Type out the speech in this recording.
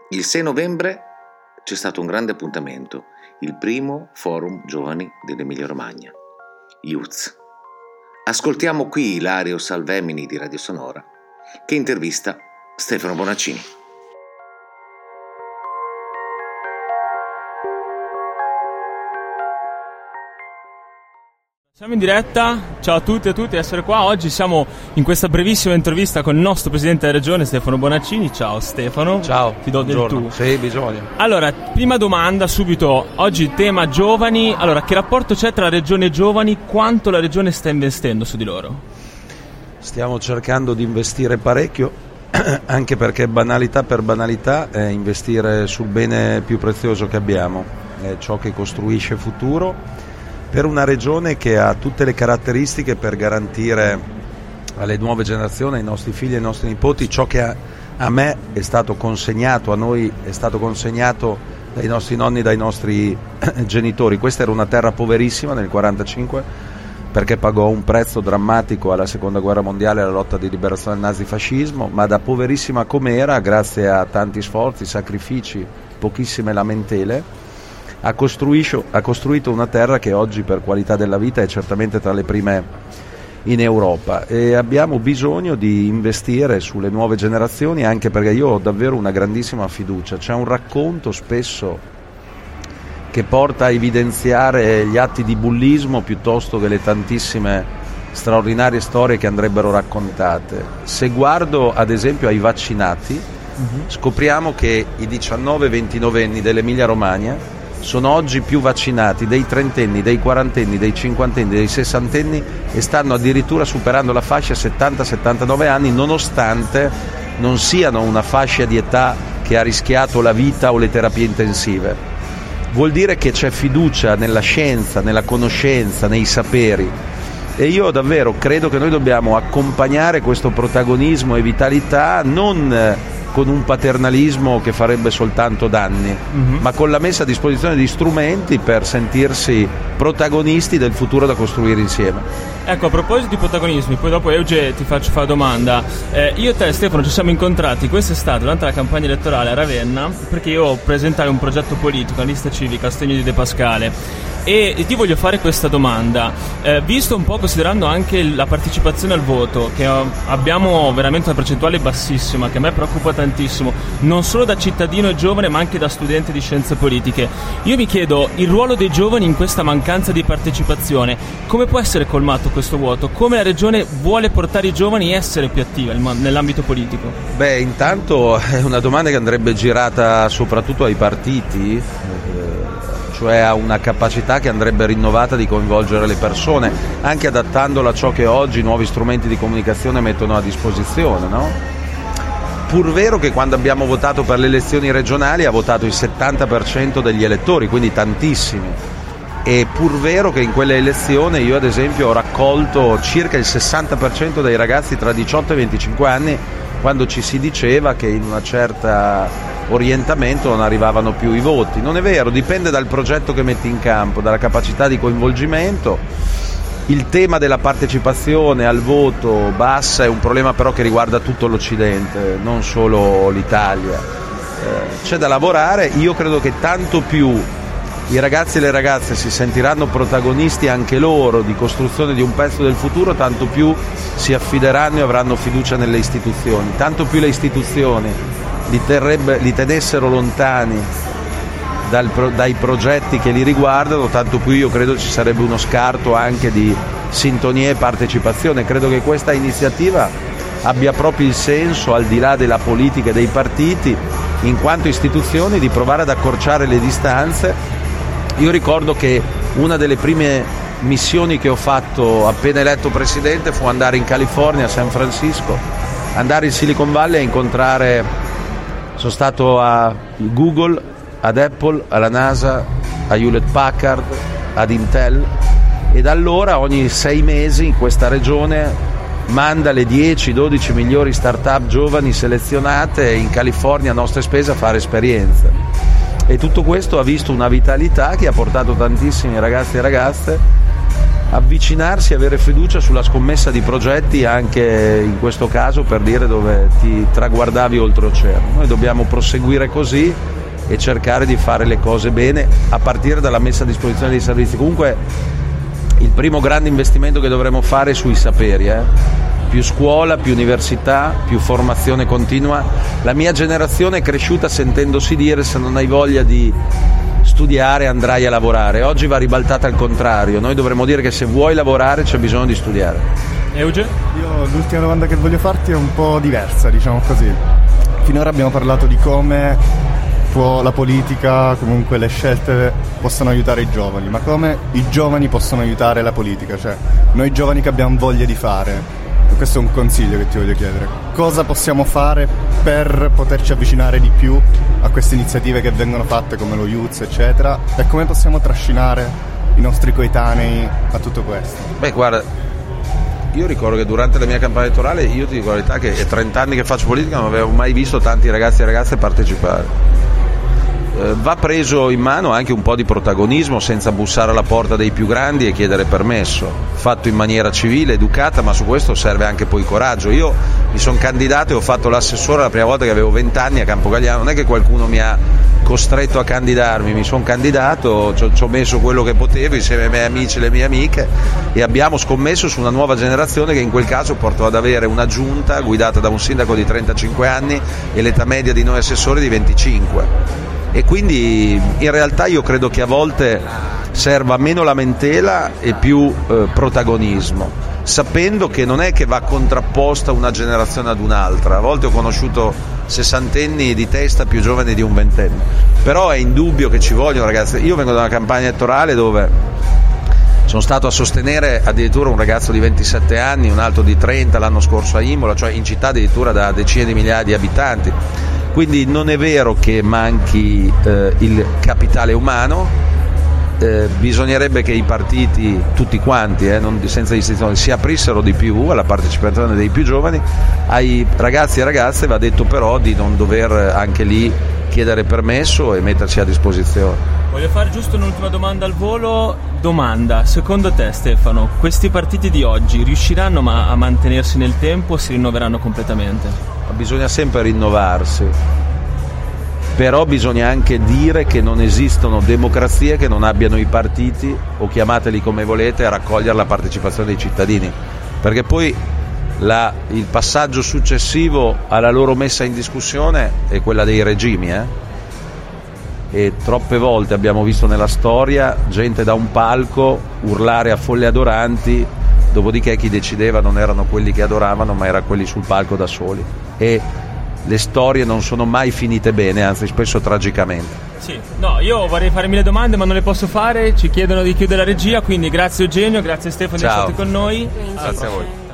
Il 6 novembre c'è stato un grande appuntamento, il primo forum giovani dell'Emilia Romagna, Youth. Ascoltiamo qui Ilario Salvemini di Radio Sonora, che intervista Stefano Bonaccini. Siamo in diretta, ciao a tutti e a tutti, essere qua. Oggi siamo in questa brevissima intervista con il nostro presidente della regione Stefano Bonaccini. Ciao Stefano. Ciao. Ti do del tu. Sì, bisogna. Allora, prima domanda subito, oggi tema giovani. Allora, che rapporto c'è tra regione e giovani? Quanto la regione sta investendo su di loro? Stiamo cercando di investire parecchio, anche perché banalità per banalità è investire sul bene più prezioso che abbiamo, è ciò che costruisce futuro. Per una regione che ha tutte le caratteristiche per garantire alle nuove generazioni, ai nostri figli e ai nostri nipoti, ciò che a me è stato consegnato, a noi è stato consegnato dai nostri nonni, dai nostri genitori. Questa era una terra poverissima nel 1945, perché pagò un prezzo drammatico alla seconda guerra mondiale, alla lotta di liberazione dal nazifascismo, ma da poverissima com'era, grazie a tanti sforzi, sacrifici, pochissime lamentele, ha costruito una terra che oggi per qualità della vita è certamente tra le prime in Europa, e abbiamo bisogno di investire sulle nuove generazioni, anche perché io ho davvero una grandissima fiducia. C'è un racconto spesso che porta a evidenziare gli atti di bullismo piuttosto che le tantissime straordinarie storie che andrebbero raccontate. Se guardo ad esempio ai vaccinati, scopriamo che i 19-29 anni dell'Emilia Romagna sono oggi più vaccinati dei trentenni, dei quarantenni, dei cinquantenni, dei sessantenni, e stanno addirittura superando la fascia 70-79 anni, nonostante non siano una fascia di età che ha rischiato la vita o le terapie intensive. Vuol dire che c'è fiducia nella scienza, nella conoscenza, nei saperi, e io davvero credo che noi dobbiamo accompagnare questo protagonismo e vitalità non con un paternalismo che farebbe soltanto danni, ma con la messa a disposizione di strumenti per sentirsi protagonisti del futuro da costruire insieme. Ecco, a proposito di protagonismi, poi dopo Euge ti faccio fare domanda. Io e te, Stefano, ci siamo incontrati quest'estate durante la campagna elettorale a Ravenna, perché io presentai un progetto politico, una lista civica a sostegno di De Pascale, e ti voglio fare questa domanda, visto un po', considerando anche la partecipazione al voto, che abbiamo veramente una percentuale bassissima, che a me preoccupa tantissimo, non solo da cittadino e giovane ma anche da studente di scienze politiche. Io mi chiedo, il ruolo dei giovani in questa mancanza di partecipazione, come può essere colmato questo vuoto? Come la regione vuole portare i giovani a essere più attivi nell'ambito politico? Beh, intanto è una domanda che andrebbe girata soprattutto ai partiti, cioè a una capacità che andrebbe rinnovata di coinvolgere le persone, anche adattandola a ciò che oggi i nuovi strumenti di comunicazione mettono a disposizione, no? Pur vero che quando abbiamo votato per le elezioni regionali ha votato il 70% degli elettori, quindi tantissimi, e pur vero che in quelle elezioni io ad esempio ho raccolto circa il 60% dei ragazzi tra 18 e 25 anni, quando ci si diceva che in una certa orientamento non arrivavano più i voti. Non è vero, dipende dal progetto che metti in campo, dalla capacità di coinvolgimento. Il tema della partecipazione al voto bassa è un problema però che riguarda tutto l'Occidente, non solo l'Italia. C'è da lavorare. Io credo che tanto più i ragazzi e le ragazze si sentiranno protagonisti anche loro di costruzione di un pezzo del futuro, tanto più si affideranno e avranno fiducia nelle istituzioni, tanto più le istituzioni li tenessero lontani dai progetti che li riguardano, tanto più io credo ci sarebbe uno scarto anche di sintonia e partecipazione. Credo che questa iniziativa abbia proprio il senso, al di là della politica e dei partiti, in quanto istituzioni, di provare ad accorciare le distanze. Io ricordo che una delle prime missioni che ho fatto appena eletto presidente fu andare in California, a San Francisco, andare in Silicon Valley a incontrare, sono stato a Google, ad Apple, alla NASA, a Hewlett Packard, ad Intel, e da allora ogni 6 mesi questa regione manda le 10-12 migliori start-up giovani selezionate in California a nostre spese a fare esperienze. E tutto questo ha visto una vitalità che ha portato tantissimi ragazzi e ragazze avvicinarsi, avere fiducia sulla scommessa di progetti, anche in questo caso per dire dove ti traguardavi oltreoceano. Noi dobbiamo proseguire così e cercare di fare le cose bene, a partire dalla messa a disposizione dei servizi. Comunque il primo grande investimento che dovremo fare è sui saperi, più scuola, più università, più formazione continua. La mia generazione è cresciuta sentendosi dire: se non hai voglia di studiare andrai a lavorare. Oggi va ribaltata al contrario, noi dovremmo dire che se vuoi lavorare c'è bisogno di studiare. Euge? Io l'ultima domanda che voglio farti è un po' diversa, diciamo così. Finora abbiamo parlato di come la politica, comunque le scelte possono aiutare i giovani, ma come i giovani possono aiutare la politica? Cioè, noi giovani che abbiamo voglia di fare, questo è un consiglio che ti voglio chiedere: cosa possiamo fare per poterci avvicinare di più a queste iniziative che vengono fatte come lo Youth eccetera, e come possiamo trascinare i nostri coetanei a tutto questo? Beh, guarda, io ricordo che durante la mia campagna elettorale, io ti dico la verità che è 30 anni che faccio politica, non avevo mai visto tanti ragazzi e ragazze partecipare. Va preso in mano anche un po' di protagonismo, senza bussare alla porta dei più grandi e chiedere permesso, fatto in maniera civile, educata, ma su questo serve anche poi coraggio. Io mi sono candidato e ho fatto l'assessore la prima volta che avevo 20 anni a Campogalliano, non è che qualcuno mi ha costretto a candidarmi, mi sono candidato, ci ho messo quello che potevo insieme ai miei amici e le mie amiche, e abbiamo scommesso su una nuova generazione che in quel caso portò ad avere una giunta guidata da un sindaco di 35 anni e l'età media di noi assessori di 25. E quindi in realtà io credo che a volte serva meno lamentela e più protagonismo, sapendo che non è che va contrapposta una generazione ad un'altra. A volte ho conosciuto sessantenni di testa più giovani di un ventenne, però è indubbio che ci vogliono ragazzi. Io vengo da una campagna elettorale dove sono stato a sostenere addirittura un ragazzo di 27 anni, un altro di 30 l'anno scorso a Imola, cioè in città addirittura da decine di migliaia di abitanti. Quindi non è vero che manchi il capitale umano, bisognerebbe che i partiti, tutti quanti, senza distinzione, si aprissero di più alla partecipazione dei più giovani. Ai ragazzi e ragazze va detto però di non dover anche lì chiedere permesso e metterci a disposizione. Voglio fare giusto un'ultima domanda al volo. Domanda: secondo te, Stefano, questi partiti di oggi riusciranno a mantenersi nel tempo o si rinnoveranno completamente? Bisogna sempre rinnovarsi, però bisogna anche dire che non esistono democrazie che non abbiano i partiti, o chiamateli come volete, a raccogliere la partecipazione dei cittadini, perché poi il passaggio successivo alla loro messa in discussione è quella dei regimi, e troppe volte abbiamo visto nella storia gente da un palco urlare a folle adoranti, dopodiché chi decideva non erano quelli che adoravano ma era quelli sul palco da soli, e le storie non sono mai finite bene, anzi spesso tragicamente. Sì, no, io vorrei fare 1000 domande ma non le posso fare, ci chiedono di chiudere la regia, quindi grazie Eugenio, grazie Stefano di essere stati con noi. Grazie a voi.